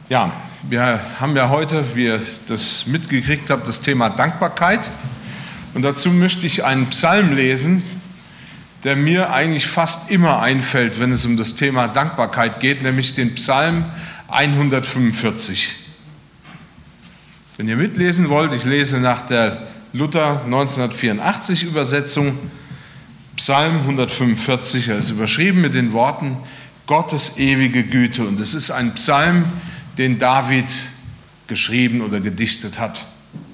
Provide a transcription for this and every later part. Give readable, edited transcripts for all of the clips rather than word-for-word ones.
Ja, wir haben ja heute, wie ihr das mitgekriegt habt, das Thema Dankbarkeit. Und dazu möchte ich einen Psalm lesen, der mir eigentlich fast immer einfällt, wenn es um das Thema Dankbarkeit geht, nämlich den Psalm 145. Wenn ihr mitlesen wollt, ich lese nach der Luther 1984 Übersetzung, Psalm 145, er ist überschrieben mit den Worten Gottes ewige Güte. Und es ist ein Psalm, den David geschrieben oder gedichtet hat.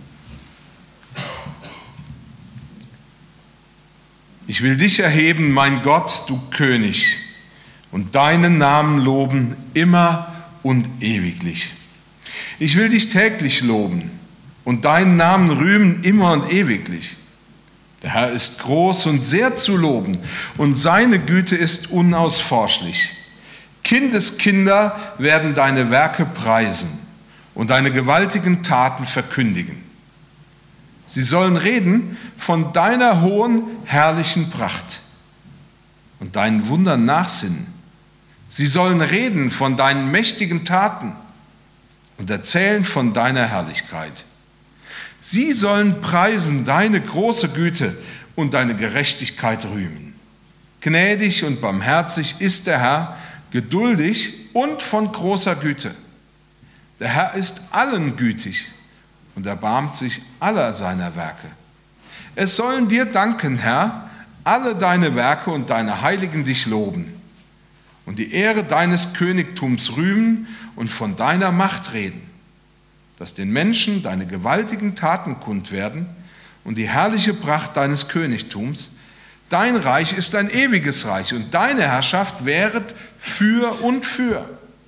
Ich will dich erheben, mein Gott, du König, und deinen Namen loben immer und ewiglich. Ich will dich täglich loben und deinen Namen rühmen immer und ewiglich. Der Herr ist groß und sehr zu loben, und seine Güte ist unausforschlich. Kindeskinder werden deine Werke preisen und deine gewaltigen Taten verkündigen. Sie sollen reden von deiner hohen, herrlichen Pracht und deinen Wundern nachsinnen. Sie sollen reden von deinen mächtigen Taten und erzählen von deiner Herrlichkeit. Sie sollen preisen deine große Güte und deine Gerechtigkeit rühmen. Gnädig und barmherzig ist der Herr, geduldig und von großer Güte. Der Herr ist allen gütig und erbarmt sich aller seiner Werke. Es sollen dir danken, Herr, alle deine Werke und deine Heiligen dich loben und die Ehre deines Königtums rühmen und von deiner Macht reden, dass den Menschen deine gewaltigen Taten kund werden und die herrliche Pracht deines Königtums. Dein Reich ist ein ewiges Reich und deine Herrschaft währet für und für.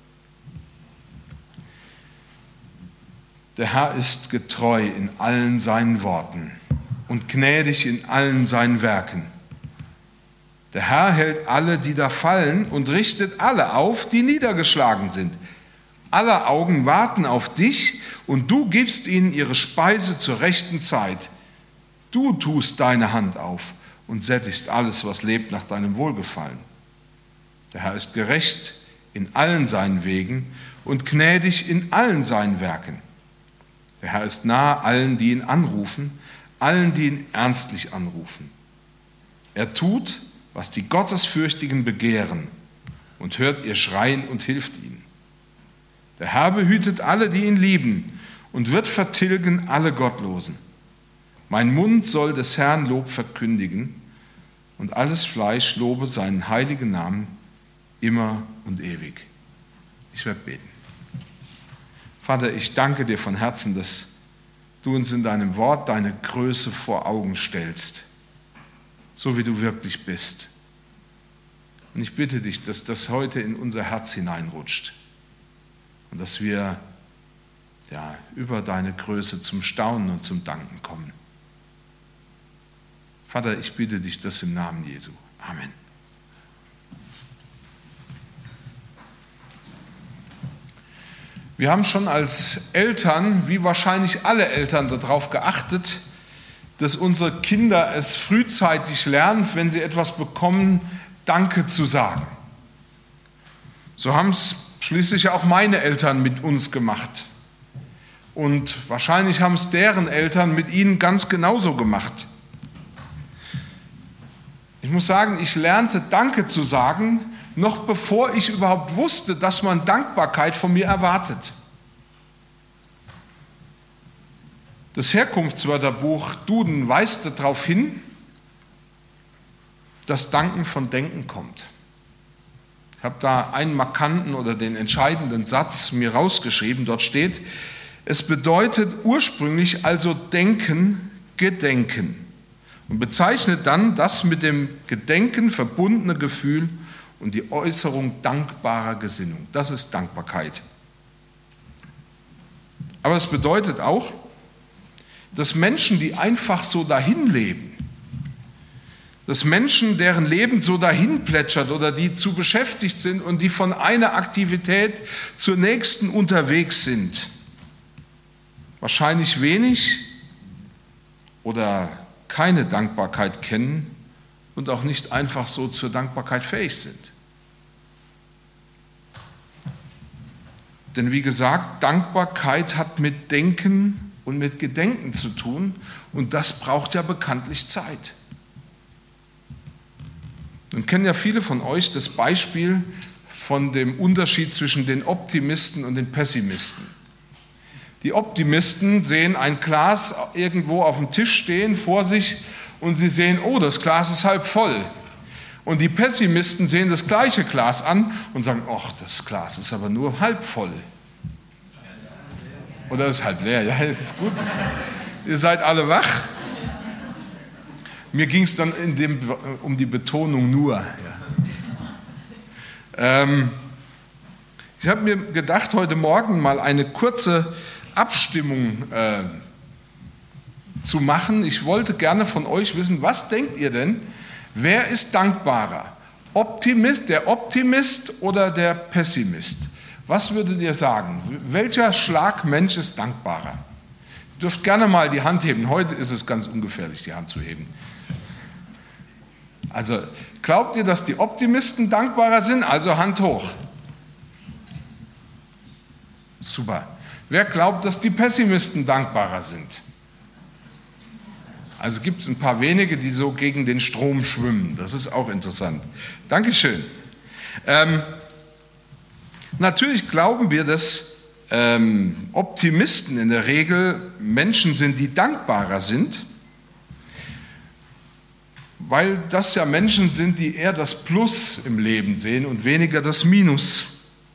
Der Herr ist getreu in allen seinen Worten und gnädig in allen seinen Werken. Der Herr hält alle, die da fallen, und richtet alle auf, die niedergeschlagen sind. Aller Augen warten auf dich, und du gibst ihnen ihre Speise zur rechten Zeit. Du tust deine Hand auf und sättigst alles, was lebt, nach deinem Wohlgefallen. Der Herr ist gerecht in allen seinen Wegen und gnädig in allen seinen Werken. Der Herr ist nahe allen, die ihn anrufen, allen, die ihn ernstlich anrufen. Er tut, was die Gottesfürchtigen begehren, und hört ihr Schreien und hilft ihnen. Der Herr behütet alle, die ihn lieben, und wird vertilgen alle Gottlosen. Mein Mund soll des Herrn Lob verkündigen, und alles Fleisch lobe seinen heiligen Namen immer und ewig. Ich werde beten. Vater, ich danke dir von Herzen, dass du uns in deinem Wort deine Größe vor Augen stellst, so wie du wirklich bist. Und ich bitte dich, dass das heute in unser Herz hineinrutscht und dass wir über deine Größe zum Staunen und zum Danken kommen. Vater, ich bitte dich das im Namen Jesu. Amen. Wir haben schon als Eltern, wie wahrscheinlich alle Eltern, darauf geachtet, dass unsere Kinder es frühzeitig lernen, wenn sie etwas bekommen, Danke zu sagen. So haben es schließlich auch meine Eltern mit uns gemacht. Und wahrscheinlich haben es deren Eltern mit ihnen ganz genauso gemacht. Ich muss sagen, ich lernte Danke zu sagen, noch bevor ich überhaupt wusste, dass man Dankbarkeit von mir erwartet. Das Herkunftswörterbuch Duden weist darauf hin, dass Danken von Denken kommt. Ich habe da einen markanten oder den entscheidenden Satz mir rausgeschrieben. Dort steht, es bedeutet ursprünglich also denken, gedenken und bezeichnet dann das mit dem Gedenken verbundene Gefühl und die Äußerung dankbarer Gesinnung. Das ist Dankbarkeit. Aber es bedeutet auch, dass Menschen, die einfach so dahin leben, dass Menschen, deren Leben so dahin plätschert oder die zu beschäftigt sind und die von einer Aktivität zur nächsten unterwegs sind, wahrscheinlich wenig oder keine Dankbarkeit kennen und auch nicht einfach so zur Dankbarkeit fähig sind. Denn wie gesagt, Dankbarkeit hat mit Denken und mit Gedenken zu tun und das braucht ja bekanntlich Zeit. Nun kennen ja viele von euch das Beispiel von dem Unterschied zwischen den Optimisten und den Pessimisten. Die Optimisten sehen ein Glas irgendwo auf dem Tisch stehen vor sich und sie sehen, oh, das Glas ist halb voll. Und die Pessimisten sehen das gleiche Glas an und sagen, ach, das Glas ist aber nur halb voll. Oder ist halb leer, ja, das ist gut. Ihr seid alle wach. Mir ging es dann um die Betonung nur. Ja. Ich habe mir gedacht, heute Morgen mal eine kurze Abstimmung zu machen. Ich wollte gerne von euch wissen, was denkt ihr denn? Wer ist dankbarer? Der Optimist oder der Pessimist? Was würdet ihr sagen? Welcher Schlag Mensch ist dankbarer? Ihr dürft gerne mal die Hand heben. Heute ist es ganz ungefährlich, die Hand zu heben. Also, glaubt ihr, dass die Optimisten dankbarer sind? Also Hand hoch. Super. Wer glaubt, dass die Pessimisten dankbarer sind? Also gibt es ein paar wenige, die so gegen den Strom schwimmen. Das ist auch interessant. Dankeschön. Natürlich glauben wir, dass Optimisten in der Regel Menschen sind, die dankbarer sind, weil das ja Menschen sind, die eher das Plus im Leben sehen und weniger das Minus.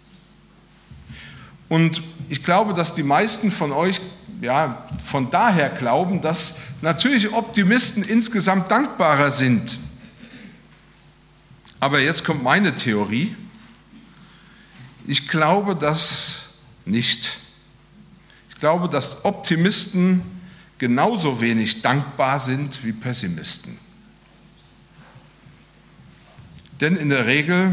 Und ich glaube, dass die meisten von euch von daher glauben, dass natürlich Optimisten insgesamt dankbarer sind. Aber jetzt kommt meine Theorie. Ich glaube das nicht. Ich glaube, dass Optimisten genauso wenig dankbar sind wie Pessimisten. Denn in der Regel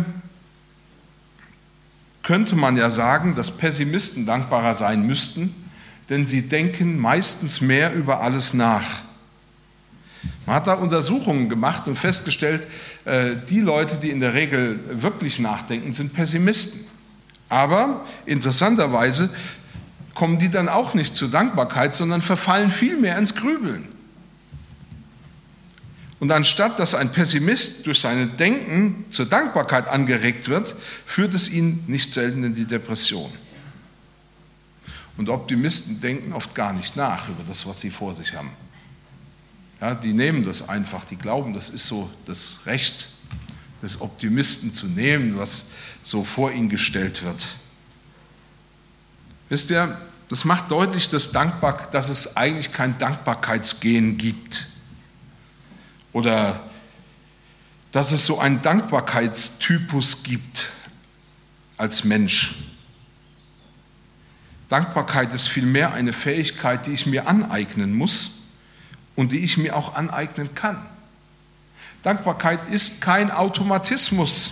könnte man ja sagen, dass Pessimisten dankbarer sein müssten, denn sie denken meistens mehr über alles nach. Man hat da Untersuchungen gemacht und festgestellt, die Leute, die in der Regel wirklich nachdenken, sind Pessimisten. Aber interessanterweise kommen die dann auch nicht zur Dankbarkeit, sondern verfallen viel mehr ins Grübeln. Und anstatt dass ein Pessimist durch sein Denken zur Dankbarkeit angeregt wird, führt es ihn nicht selten in die Depression. Und Optimisten denken oft gar nicht nach über das, was sie vor sich haben. Ja, die nehmen das einfach, die glauben, das ist so das Recht des Optimisten zu nehmen, was so vor ihn gestellt wird. Wisst ihr, das macht deutlich, dass es eigentlich kein Dankbarkeitsgen gibt. Oder dass es so einen Dankbarkeitstypus gibt als Mensch. Dankbarkeit ist vielmehr eine Fähigkeit, die ich mir aneignen muss und die ich mir auch aneignen kann. Dankbarkeit ist kein Automatismus.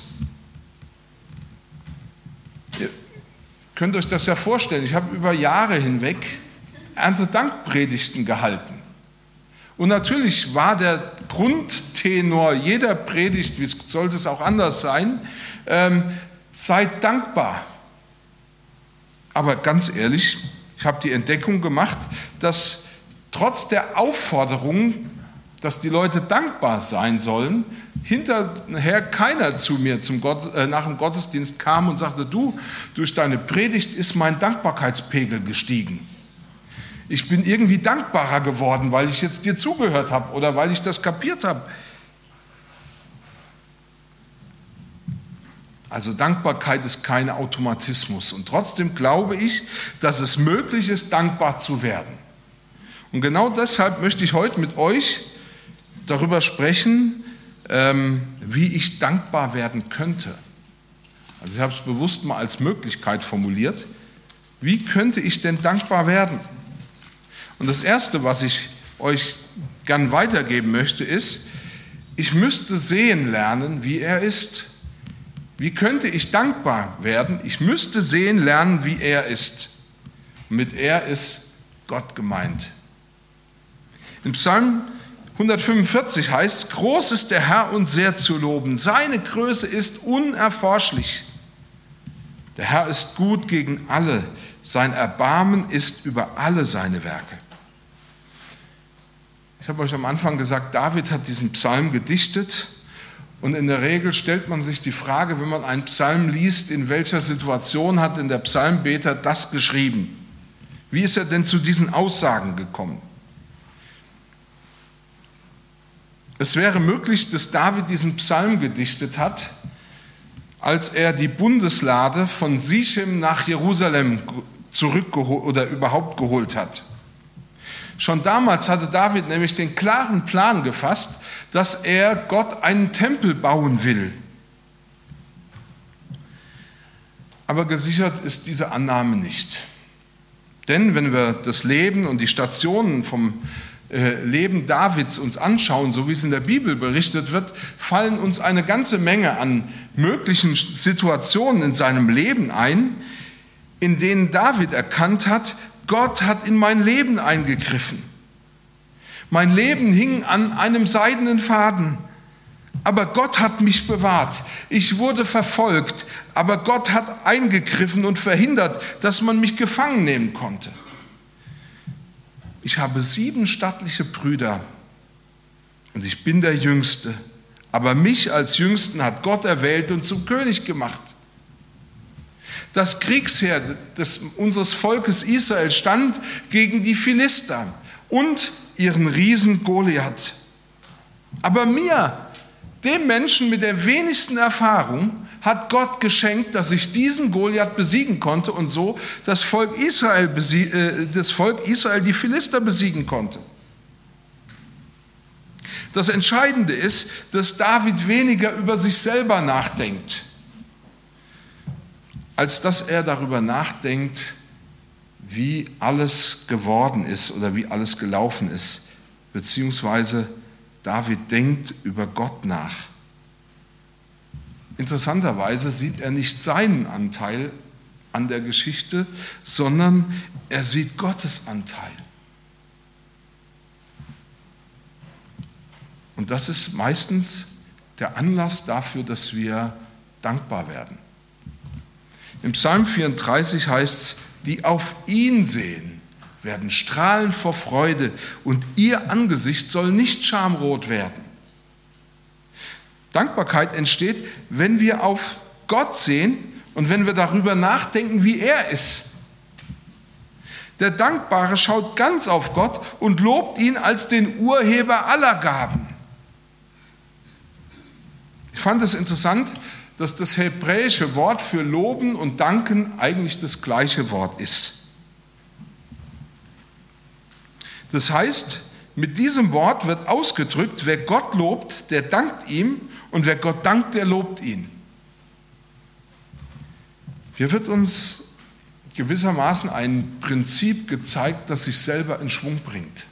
Ihr könnt euch das ja vorstellen, ich habe über Jahre hinweg Erntedankpredigten gehalten. Und natürlich war der Grundtenor jeder Predigt, wie sollte es auch anders sein, seid dankbar. Aber ganz ehrlich, ich habe die Entdeckung gemacht, dass trotz der Aufforderung, dass die Leute dankbar sein sollen, hinterher keiner zu mir nach dem Gottesdienst kam und sagte, du, durch deine Predigt ist mein Dankbarkeitspegel gestiegen. Ich bin irgendwie dankbarer geworden, weil ich jetzt dir zugehört habe oder weil ich das kapiert habe. Also Dankbarkeit ist kein Automatismus. Und trotzdem glaube ich, dass es möglich ist, dankbar zu werden. Und genau deshalb möchte ich heute mit euch darüber sprechen, wie ich dankbar werden könnte. Also ich habe es bewusst mal als Möglichkeit formuliert. Wie könnte ich denn dankbar werden? Und das Erste, was ich euch gern weitergeben möchte, ist, ich müsste sehen lernen, wie er ist. Wie könnte ich dankbar werden? Ich müsste sehen lernen, wie er ist. Und mit er ist Gott gemeint. Im Psalm 145 heißt es, groß ist der Herr und sehr zu loben. Seine Größe ist unerforschlich. Der Herr ist gut gegen alle, sein Erbarmen ist über alle seine Werke. Ich habe euch am Anfang gesagt, David hat diesen Psalm gedichtet und in der Regel stellt man sich die Frage, wenn man einen Psalm liest, in welcher Situation hat denn der Psalmbeter das geschrieben? Wie ist er denn zu diesen Aussagen gekommen? Es wäre möglich, dass David diesen Psalm gedichtet hat, als er die Bundeslade von Sichem nach Jerusalem zurückgeholt oder überhaupt geholt hat. Schon damals hatte David nämlich den klaren Plan gefasst, dass er Gott einen Tempel bauen will. Aber gesichert ist diese Annahme nicht. Denn wenn wir das Leben und die Stationen vom Leben Davids uns anschauen, so wie es in der Bibel berichtet wird, fallen uns eine ganze Menge an möglichen Situationen in seinem Leben ein, in denen David erkannt hat, Gott hat in mein Leben eingegriffen. Mein Leben hing an einem seidenen Faden, aber Gott hat mich bewahrt. Ich wurde verfolgt, aber Gott hat eingegriffen und verhindert, dass man mich gefangen nehmen konnte. Ich habe 7 stattliche Brüder und ich bin der Jüngste, aber mich als Jüngsten hat Gott erwählt und zum König gemacht. Das Kriegsheer unseres Volkes Israel stand gegen die Philister und ihren Riesen Goliath. Aber mir, dem Menschen mit der wenigsten Erfahrung, hat Gott geschenkt, dass ich diesen Goliath besiegen konnte und so das Volk Israel die Philister besiegen konnte. Das Entscheidende ist, dass David weniger über sich selber nachdenkt, als dass er darüber nachdenkt, wie alles geworden ist oder wie alles gelaufen ist, beziehungsweise David denkt über Gott nach. Interessanterweise sieht er nicht seinen Anteil an der Geschichte, sondern er sieht Gottes Anteil. Und das ist meistens der Anlass dafür, dass wir dankbar werden. Im Psalm 34 heißt es, die auf ihn sehen, werden strahlen vor Freude und ihr Angesicht soll nicht schamrot werden. Dankbarkeit entsteht, wenn wir auf Gott sehen und wenn wir darüber nachdenken, wie er ist. Der Dankbare schaut ganz auf Gott und lobt ihn als den Urheber aller Gaben. Ich fand es interessant, dass das hebräische Wort für loben und danken eigentlich das gleiche Wort ist. Das heißt, mit diesem Wort wird ausgedrückt, wer Gott lobt, der dankt ihm und wer Gott dankt, der lobt ihn. Hier wird uns gewissermaßen ein Prinzip gezeigt, das sich selber in Schwung bringt.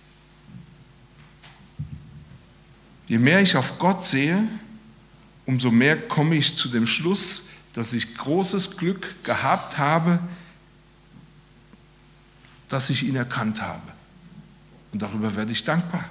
Je mehr ich auf Gott sehe, umso mehr komme ich zu dem Schluss, dass ich großes Glück gehabt habe, dass ich ihn erkannt habe. Und darüber werde ich dankbar.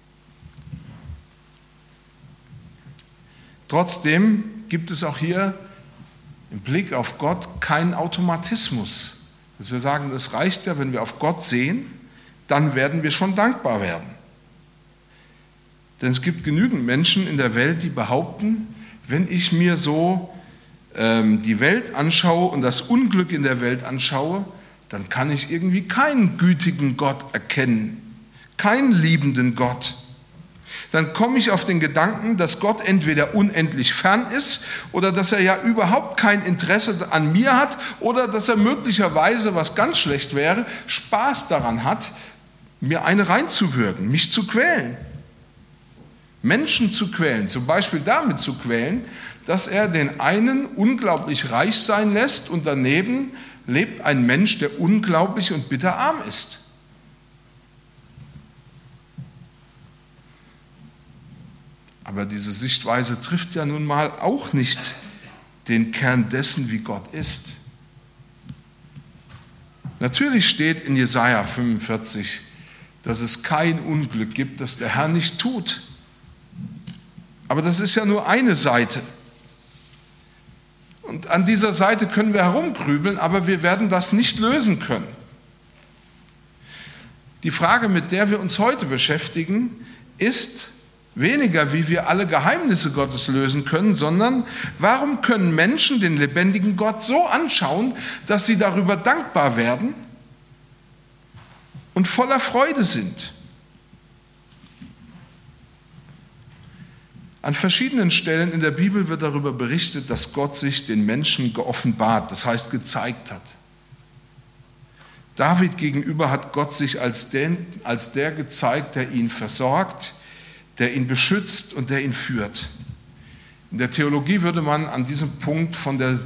Trotzdem gibt es auch hier im Blick auf Gott keinen Automatismus. Dass wir sagen, es reicht ja, wenn wir auf Gott sehen, dann werden wir schon dankbar werden. Denn es gibt genügend Menschen in der Welt, die behaupten, wenn ich mir so die Welt anschaue und das Unglück in der Welt anschaue, dann kann ich irgendwie keinen gütigen Gott erkennen, keinen liebenden Gott. Dann komme ich auf den Gedanken, dass Gott entweder unendlich fern ist oder dass er ja überhaupt kein Interesse an mir hat oder dass er möglicherweise, was ganz schlecht wäre, Spaß daran hat, mir eine reinzuwürgen, mich zu quälen. Menschen zu quälen, zum Beispiel damit zu quälen, dass er den einen unglaublich reich sein lässt und daneben lebt ein Mensch, der unglaublich und bitterarm ist. Aber diese Sichtweise trifft ja nun mal auch nicht den Kern dessen, wie Gott ist. Natürlich steht in Jesaja 45, dass es kein Unglück gibt, das der Herr nicht tut. Aber das ist ja nur eine Seite. Und Und an dieser Seite können wir herumgrübeln, aber wir werden das nicht lösen können. Die Frage, mit der wir uns heute beschäftigen, ist weniger, wie wir alle Geheimnisse Gottes lösen können, sondern warum können Menschen den lebendigen Gott so anschauen, dass sie darüber dankbar werden und voller Freude sind. An verschiedenen Stellen in der Bibel wird darüber berichtet, dass Gott sich den Menschen geoffenbart, das heißt gezeigt hat. David gegenüber hat Gott sich als der gezeigt, der ihn versorgt, der ihn beschützt und der ihn führt. In der Theologie würde man an diesem Punkt von der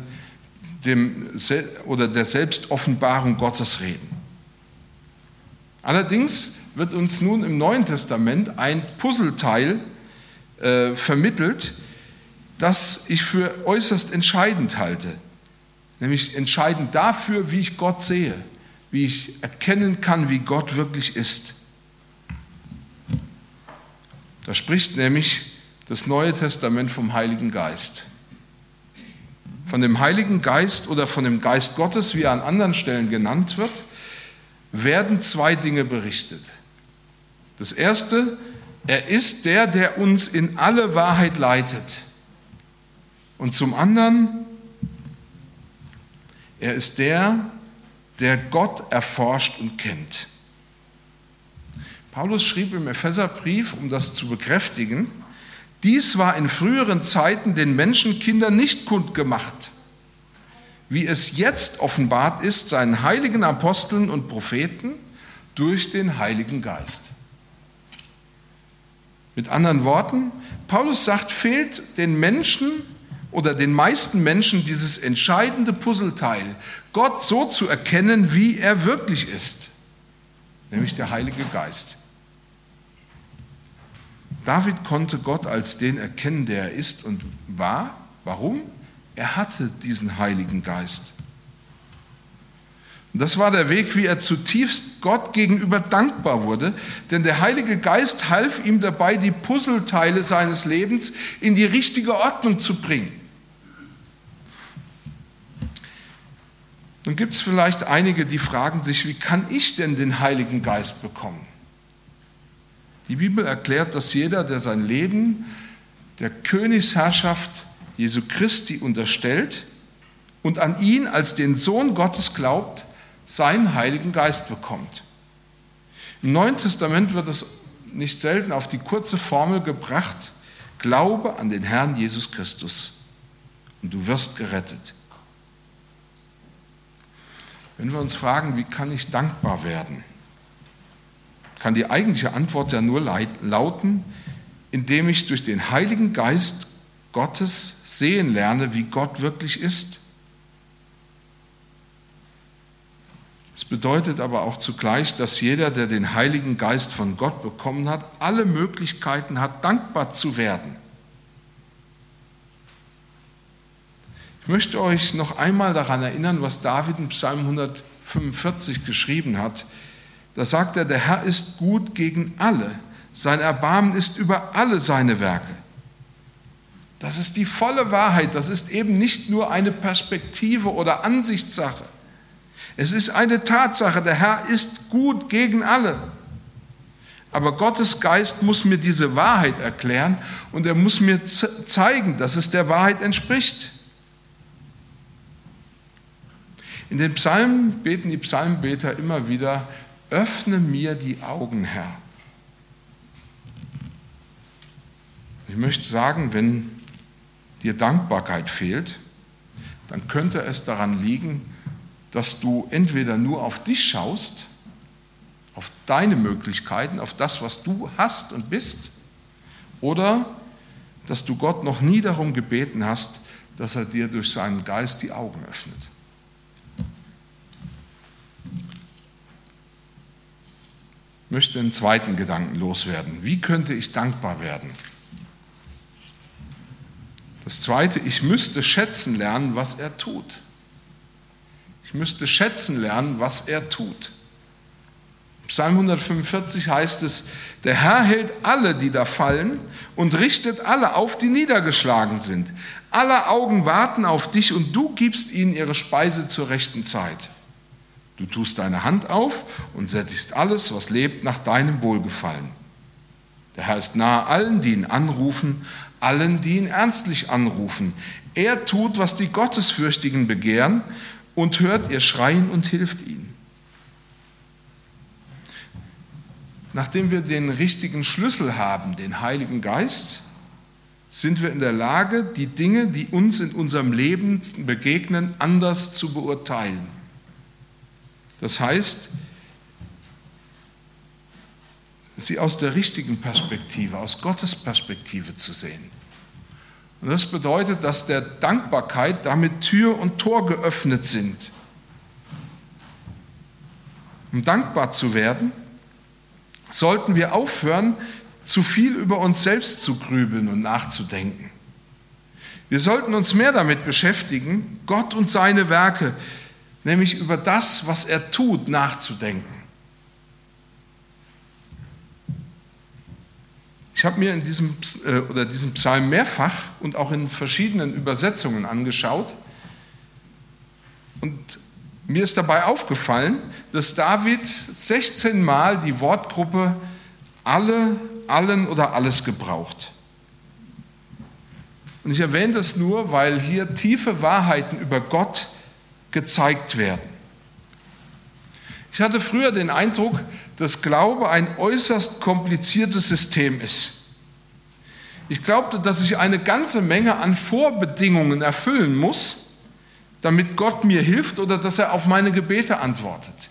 Selbstoffenbarung Gottes reden. Allerdings wird uns nun im Neuen Testament ein Puzzleteil vermittelt, das ich für äußerst entscheidend halte, nämlich entscheidend dafür, wie ich Gott sehe, wie ich erkennen kann, wie Gott wirklich ist. Da spricht nämlich das Neue Testament vom Heiligen Geist. Von dem Heiligen Geist oder von dem Geist Gottes, wie er an anderen Stellen genannt wird, werden zwei Dinge berichtet. Das erste: Er ist der, der uns in alle Wahrheit leitet. Und zum anderen: Er ist der, der Gott erforscht und kennt. Paulus schrieb im Epheserbrief, um das zu bekräftigen: Dies war in früheren Zeiten den Menschenkindern nicht kundgemacht, wie es jetzt offenbart ist seinen heiligen Aposteln und Propheten durch den Heiligen Geist. Mit anderen Worten, Paulus sagt, fehlt den Menschen oder den meisten Menschen dieses entscheidende Puzzleteil, Gott so zu erkennen, wie er wirklich ist, nämlich der Heilige Geist. David konnte Gott als den erkennen, der er ist und war. Warum? Er hatte diesen Heiligen Geist. Und das war der Weg, wie er zutiefst Gott gegenüber dankbar wurde, denn der Heilige Geist half ihm dabei, die Puzzleteile seines Lebens in die richtige Ordnung zu bringen. Nun gibt es vielleicht einige, die fragen sich, wie kann ich denn den Heiligen Geist bekommen? Die Bibel erklärt, dass jeder, der sein Leben der Königsherrschaft Jesu Christi unterstellt und an ihn als den Sohn Gottes glaubt, seinen Heiligen Geist bekommt. Im Neuen Testament wird es nicht selten auf die kurze Formel gebracht: Glaube an den Herrn Jesus Christus und du wirst gerettet. Wenn wir uns fragen, wie kann ich dankbar werden, kann die eigentliche Antwort ja nur lauten, indem ich durch den Heiligen Geist Gottes sehen lerne, wie Gott wirklich ist. Es bedeutet aber auch zugleich, dass jeder, der den Heiligen Geist von Gott bekommen hat, alle Möglichkeiten hat, dankbar zu werden. Ich möchte euch noch einmal daran erinnern, was David in Psalm 145 geschrieben hat. Da sagt er, der Herr ist gut gegen alle, sein Erbarmen ist über alle seine Werke. Das ist die volle Wahrheit, das ist eben nicht nur eine Perspektive oder Ansichtssache. Es ist eine Tatsache, der Herr ist gut gegen alle. Aber Gottes Geist muss mir diese Wahrheit erklären und er muss mir zeigen, dass es der Wahrheit entspricht. In den Psalmen beten die Psalmbeter immer wieder: Öffne mir die Augen, Herr. Ich möchte sagen, wenn dir Dankbarkeit fehlt, dann könnte es daran liegen, dass du entweder nur auf dich schaust, auf deine Möglichkeiten, auf das, was du hast und bist, oder dass du Gott noch nie darum gebeten hast, dass er dir durch seinen Geist die Augen öffnet. Ich möchte einen zweiten Gedanken loswerden. Wie könnte ich dankbar werden? Das Zweite: Ich müsste schätzen lernen, was er tut. Ich müsste schätzen lernen, was er tut. Psalm 145 heißt es, der Herr hält alle, die da fallen, und richtet alle auf, die niedergeschlagen sind. Alle Augen warten auf dich und du gibst ihnen ihre Speise zur rechten Zeit. Du tust deine Hand auf und sättigst alles, was lebt, nach deinem Wohlgefallen. Der Herr ist nahe allen, die ihn anrufen, allen, die ihn ernstlich anrufen. Er tut, was die Gottesfürchtigen begehren und hört ihr Schreien und hilft ihnen. Nachdem wir den richtigen Schlüssel haben, den Heiligen Geist, sind wir in der Lage, die Dinge, die uns in unserem Leben begegnen, anders zu beurteilen. Das heißt, sie aus der richtigen Perspektive, aus Gottes Perspektive zu sehen. Und das bedeutet, dass der Dankbarkeit damit Tür und Tor geöffnet sind. Um dankbar zu werden, sollten wir aufhören, zu viel über uns selbst zu grübeln und nachzudenken. Wir sollten uns mehr damit beschäftigen, Gott und seine Werke, nämlich über das, was er tut, nachzudenken. Ich habe mir diesen Psalm mehrfach und auch in verschiedenen Übersetzungen angeschaut und mir ist dabei aufgefallen, dass David 16 Mal die Wortgruppe alle, allen oder alles gebraucht. Und ich erwähne das nur, weil hier tiefe Wahrheiten über Gott gezeigt werden. Ich hatte früher den Eindruck, dass Glaube ein äußerst kompliziertes System ist. Ich glaubte, dass ich eine ganze Menge an Vorbedingungen erfüllen muss, damit Gott mir hilft oder dass er auf meine Gebete antwortet.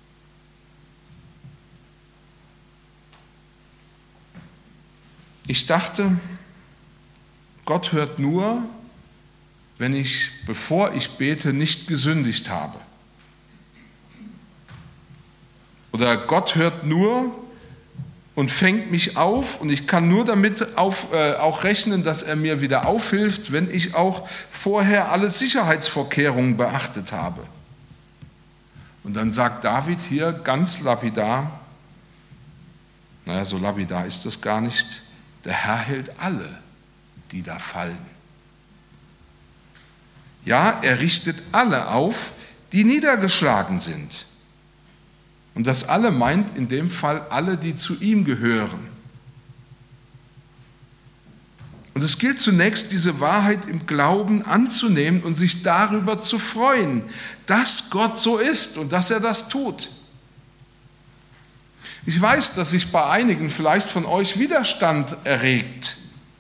Ich dachte, Gott hört nur, wenn ich, bevor ich bete, nicht gesündigt habe. Oder Gott hört nur und fängt mich auf und ich kann nur damit auch rechnen, dass er mir wieder aufhilft, wenn ich auch vorher alle Sicherheitsvorkehrungen beachtet habe. Und dann sagt David hier ganz lapidar, naja, so lapidar ist das gar nicht, der Herr hält alle, die da fallen. Ja, er richtet alle auf, die niedergeschlagen sind. Und das alle meint in dem Fall alle, die zu ihm gehören. Und es gilt zunächst, diese Wahrheit im Glauben anzunehmen und sich darüber zu freuen, dass Gott so ist und dass er das tut. Ich weiß, dass sich bei einigen vielleicht von euch Widerstand erregt.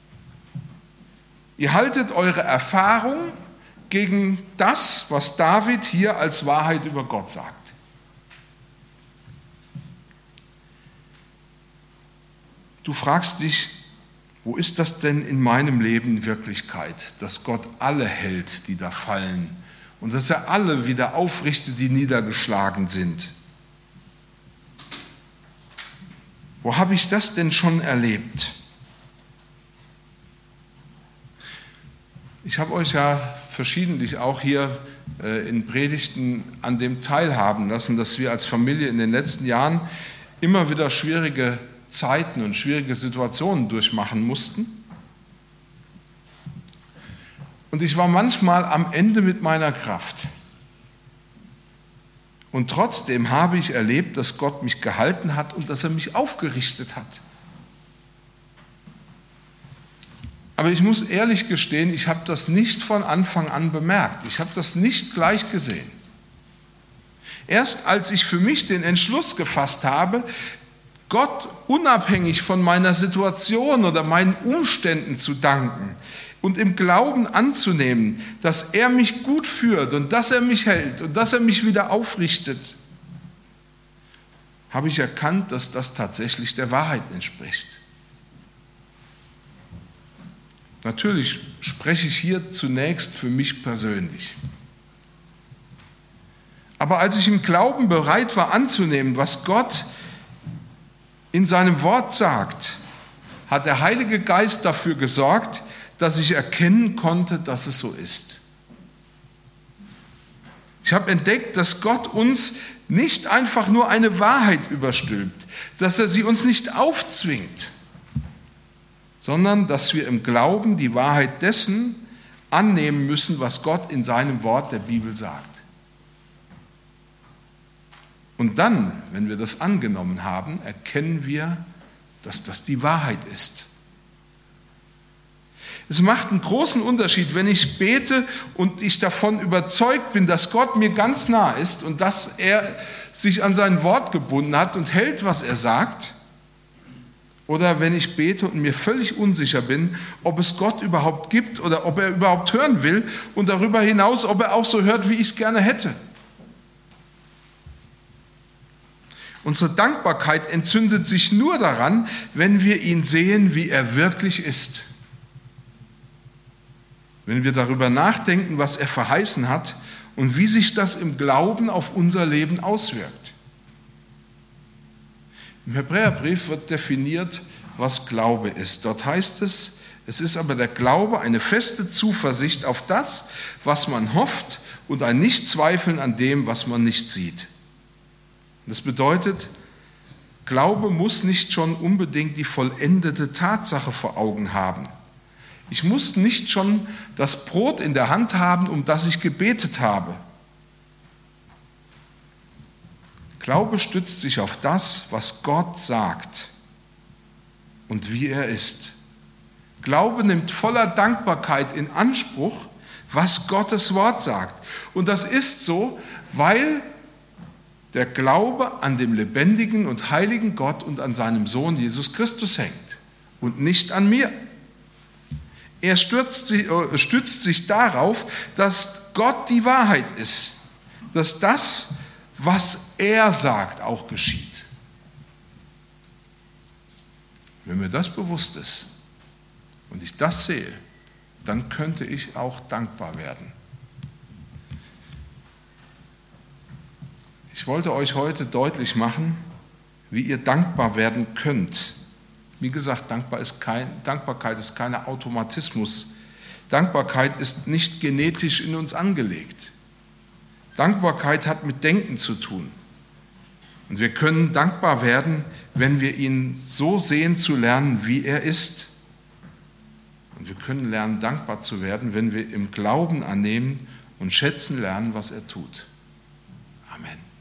Ihr haltet eure Erfahrung gegen das, was David hier als Wahrheit über Gott sagt. Du fragst dich, wo ist das denn in meinem Leben Wirklichkeit, dass Gott alle hält, die da fallen und dass er alle wieder aufrichtet, die niedergeschlagen sind? Wo habe ich das denn schon erlebt? Ich habe euch ja verschiedentlich auch hier in Predigten an dem teilhaben lassen, dass wir als Familie in den letzten Jahren immer wieder schwierige Zeiten und schwierige Situationen durchmachen mussten. Und ich war manchmal am Ende mit meiner Kraft. Und trotzdem habe ich erlebt, dass Gott mich gehalten hat und dass er mich aufgerichtet hat. Aber ich muss ehrlich gestehen, ich habe das nicht von Anfang an bemerkt. Ich habe das nicht gleich gesehen. Erst als ich für mich den Entschluss gefasst habe, Gott unabhängig von meiner Situation oder meinen Umständen zu danken und im Glauben anzunehmen, dass er mich gut führt und dass er mich hält und dass er mich wieder aufrichtet, habe ich erkannt, dass das tatsächlich der Wahrheit entspricht. Natürlich spreche ich hier zunächst für mich persönlich. Aber als ich im Glauben bereit war anzunehmen, was Gott in seinem Wort sagt, hat der Heilige Geist dafür gesorgt, dass ich erkennen konnte, dass es so ist. Ich habe entdeckt, dass Gott uns nicht einfach nur eine Wahrheit überstülpt, dass er sie uns nicht aufzwingt, sondern dass wir im Glauben die Wahrheit dessen annehmen müssen, was Gott in seinem Wort der Bibel sagt. Und dann, wenn wir das angenommen haben, erkennen wir, dass das die Wahrheit ist. Es macht einen großen Unterschied, wenn ich bete und ich davon überzeugt bin, dass Gott mir ganz nah ist und dass er sich an sein Wort gebunden hat und hält, was er sagt, oder wenn ich bete und mir völlig unsicher bin, ob es Gott überhaupt gibt oder ob er überhaupt hören will und darüber hinaus, ob er auch so hört, wie ich es gerne hätte. Unsere Dankbarkeit entzündet sich nur daran, wenn wir ihn sehen, wie er wirklich ist. Wenn wir darüber nachdenken, was er verheißen hat und wie sich das im Glauben auf unser Leben auswirkt. Im Hebräerbrief wird definiert, was Glaube ist. Dort heißt es, es ist aber der Glaube eine feste Zuversicht auf das, was man hofft und ein Nichtzweifeln an dem, was man nicht sieht. Das bedeutet, Glaube muss nicht schon unbedingt die vollendete Tatsache vor Augen haben. Ich muss nicht schon das Brot in der Hand haben, um das ich gebetet habe. Glaube stützt sich auf das, was Gott sagt und wie er ist. Glaube nimmt voller Dankbarkeit in Anspruch, was Gottes Wort sagt. Und das ist so, weil der Glaube an dem lebendigen und heiligen Gott und an seinem Sohn Jesus Christus hängt und nicht an mir. Er stützt sich darauf, dass Gott die Wahrheit ist, dass das, was er sagt, auch geschieht. Wenn mir das bewusst ist und ich das sehe, dann könnte ich auch dankbar werden. Ich wollte euch heute deutlich machen, wie ihr dankbar werden könnt. Wie gesagt, Dankbarkeit ist kein Automatismus. Dankbarkeit ist nicht genetisch in uns angelegt. Dankbarkeit hat mit Denken zu tun. Und wir können dankbar werden, wenn wir ihn so sehen zu lernen, wie er ist. Und wir können lernen, dankbar zu werden, wenn wir im Glauben annehmen und schätzen lernen, was er tut. Amen.